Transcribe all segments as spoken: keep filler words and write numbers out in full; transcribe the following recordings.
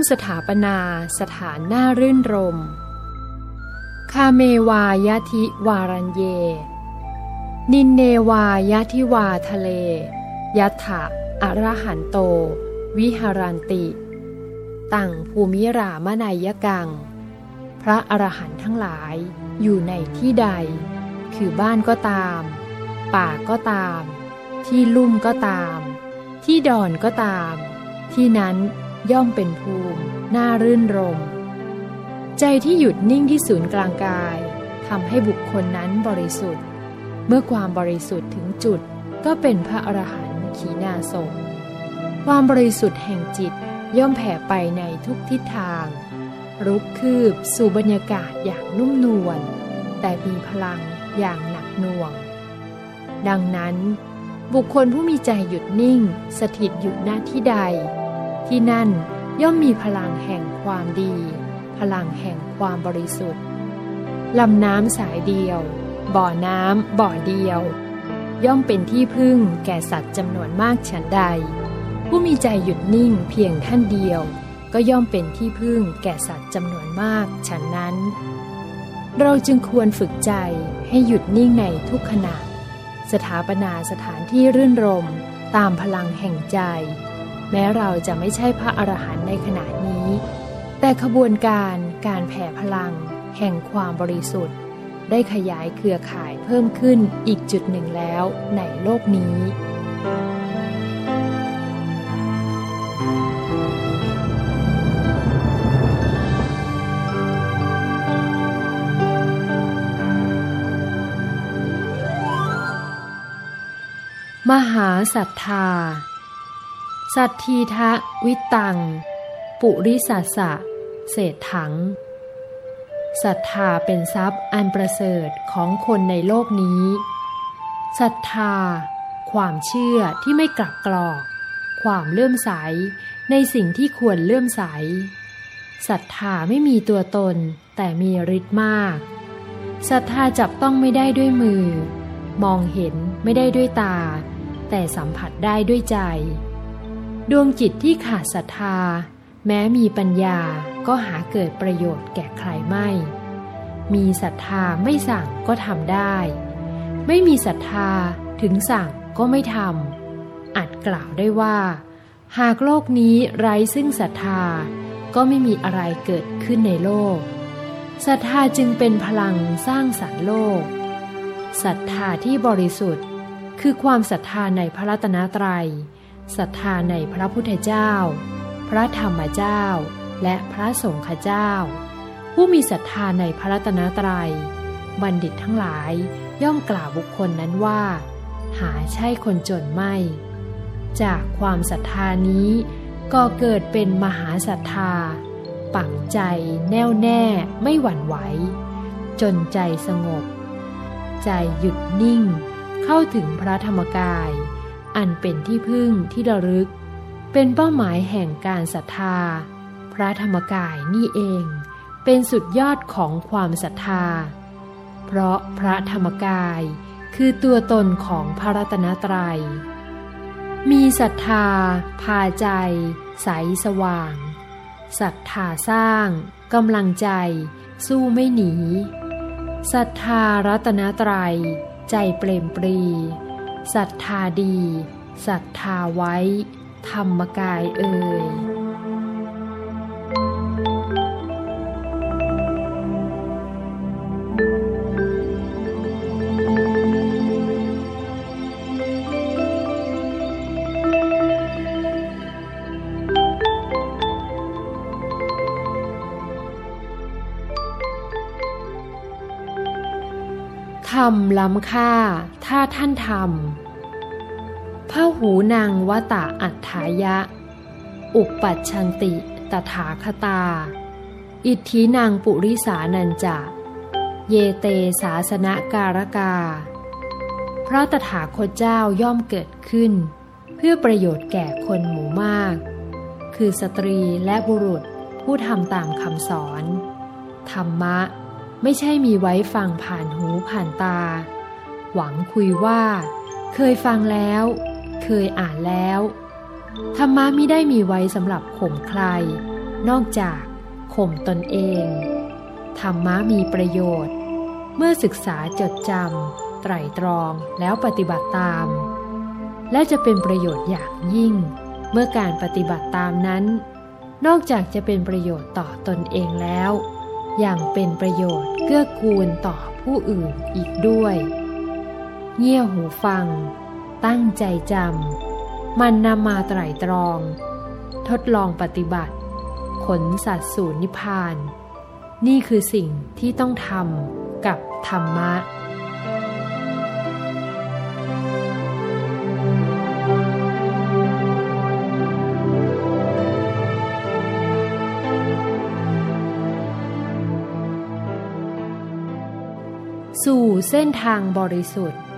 สถาปนาสถานน่ารื่นรมคาเมวายะทิวารัญเยนินเนวายะทิวาทะเลยัตถะอรหันโตวิหารันติตังภูมิรามนัยกังพระอรหันต์ทั้งหลายอยู่ในที่ใดคือบ้านก็ตามป่าก็ตามที่ลุ่มก็ตามที่ดอนก็ตามที่นั้นย่อมเป็นภูมิน่ารื่นรมใจที่หยุดนิ่งที่ศูนย์กลางกายทำให้บุคคลนั้นบริสุทธิ์เมื่อความบริสุทธิ์ถึงจุดก็เป็นพระอรหันต์ขีณาสพความบริสุทธิ์แห่งจิตย่อมแผ่ไปในทุกทิศทางรุกคืบสู่บรรยากาศอย่างนุ่มนวลแต่มีพลังอย่างหนักหน่วงดังนั้นบุคคลผู้มีใจหยุดนิ่งสถิตอยู่ณที่ใดที่นั่นย่อมมีพลังแห่งความดีพลังแห่งความบริสุทธิ์ลำน้ำสายเดียวบ่อน้ำบ่อเดียวย่อมเป็นที่พึ่งแก่สัตว์จำนวนมากฉันใดผู้มีใจหยุดนิ่งเพียงท่านเดียวก็ย่อมเป็นที่พึ่งแก่สัตว์จำนวนมากฉันนั้นเราจึงควรฝึกใจให้หยุดนิ่งในทุกขณะสถาปนาสถานที่รื่นรมตามพลังแห่งใจแม้เราจะไม่ใช่พระอรหันต์ในขณะนี้แต่ขบวนการการแผ่พลังแห่งความบริสุทธิ์ได้ขยายเครือข่ายเพิ่มขึ้นอีกจุดหนึ่งแล้วในโลกนี้มหาศรัทธาสัทธีทะวิตังปุริสัสสะเศรษถังศรัทธาเป็นทรัพย์อันประเสริฐของคนในโลกนี้ศรัทธาความเชื่อที่ไม่กลับกรอกความเลื่อมใสในสิ่งที่ควรเลื่อมใสศรัทธาไม่มีตัวตนแต่มีฤทธิ์มากศรัทธาจับต้องไม่ได้ด้วยมือมองเห็นไม่ได้ด้วยตาแต่สัมผัสได้ด้วยใจดวงจิตที่ขาดศรัทธาแม้มีปัญญาก็หาเกิดประโยชน์แก่ใครไม่มีศรัทธาไม่สั่งก็ทำได้ไม่มีศรัทธาถึงสั่งก็ไม่ทำอาจกล่าวได้ว่าหากโลกนี้ไร้ซึ่งศรัทธาก็ไม่มีอะไรเกิดขึ้นในโลกศรัทธาจึงเป็นพลังสร้างสรรค์โลกศรัทธาที่บริสุทธิ์คือความศรัทธาในพระรัตนตรัยศรัทธาในพระพุทธเจ้าพระธรรมเจ้าและพระสงฆ์เจ้าผู้มีศรัทธาในพระรัตนตรัยบัณฑิตทั้งหลายย่อมกล่าวบุคคลนั้นว่าหาใช่คนจนไม่จากความศรัทธานี้ก็เกิดเป็นมหาศรัทธาปักใจแน่วแน่ไม่หวั่นไหวจนใจสงบใจหยุดนิ่งเข้าถึงพระธรรมกายอันเป็นที่พึ่งที่ระลึกเป็นเป้าหมายแห่งการศรัทธาพระธรรมกายนี่เองเป็นสุดยอดของความศรัทธาเพราะพระธรรมกายคือตัวตนของพระรัตนตรัยมีศรัทธาพาใจใสสว่างศรัทธาสร้างกำลังใจสู้ไม่หนีศรัทธารัตนตรัยใจเปล่มปรีศรัทธาดีศรัทธาไว้ธรรมกายเอ่ยธรรมล้ำค่าถ้าท่านทำพหูนังวตะอัฏฐายะอุปปัชชันติตถาคตาอิทธินังปุริสานัญจะเยเตสาสนการกาพระตถาคตเจ้าย่อมเกิดขึ้นเพื่อประโยชน์แก่คนหมู่มากคือสตรีและบุรุษผู้ทำตามคำสอนธรรมะไม่ใช่มีไว้ฟังผ่านหูผ่านตาหวังคุยว่าเคยฟังแล้วเคยอ่านแล้วธรรมะมิได้มีไว้สำหรับข่มใครนอกจากข่มตนเองธรรมะมีประโยชน์เมื่อศึกษาจดจำไตร่ตรองแล้วปฏิบัติตามและจะเป็นประโยชน์อย่างยิ่งเมื่อการปฏิบัติตามนั้นนอกจากจะเป็นประโยชน์ต่อตนเองแล้วยังเป็นประโยชน์เกื้อกูลต่อผู้อื่นอีกด้วยเงี่ยหูฟังตั้งใจจำมันนำมาไตร่ตรองทดลองปฏิบัติขนสัตว์สู่นิพพานนี่คือสิ่งที่ต้องทำกับธรรมะสู่เส้นทางบริสุทธิ์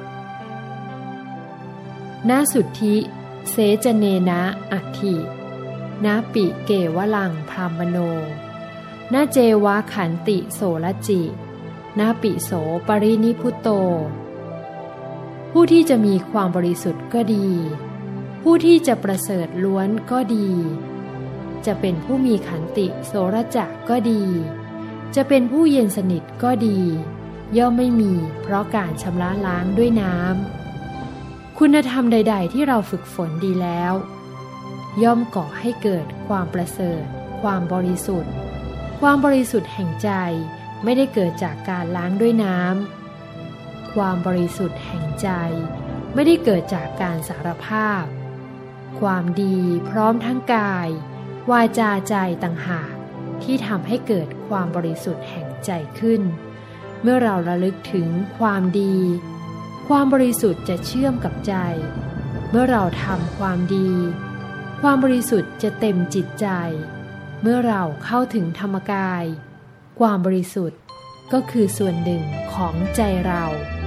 ณสุทธิเสจเนนะอัตถิณปิเกวลังพรามโนณเจวะขันติโสรจิณปิโสปรินิพุตโตผู้ที่จะมีความบริสุทธิ์ก็ดีผู้ที่จะประเสริฐล้วนก็ดีจะเป็นผู้มีขันติโสรจะก็ดีจะเป็นผู้เย็นสนิทก็ดีย่อมไม่มีเพราะการชำระล้างด้วยน้ำคุณธรรมใดๆที่เราฝึกฝนดีแล้วย่อมก่อให้เกิดความประเสริฐความบริสุทธิ์ความบริสุทธิ์แห่งใจไม่ได้เกิดจากการล้างด้วยน้ำความบริสุทธิ์แห่งใจไม่ได้เกิดจากการสารภาพความดีพร้อมทั้งกายวาจาใจต่างหากที่ทำให้เกิดความบริสุทธิ์แห่งใจขึ้นเมื่อเราระลึกถึงความดีความบริสุทธิ์จะเชื่อมกับใจเมื่อเราทำความดีความบริสุทธิ์จะเต็มจิตใจเมื่อเราเข้าถึงธรรมกายความบริสุทธิ์ก็คือส่วนหนึ่งของใจเรา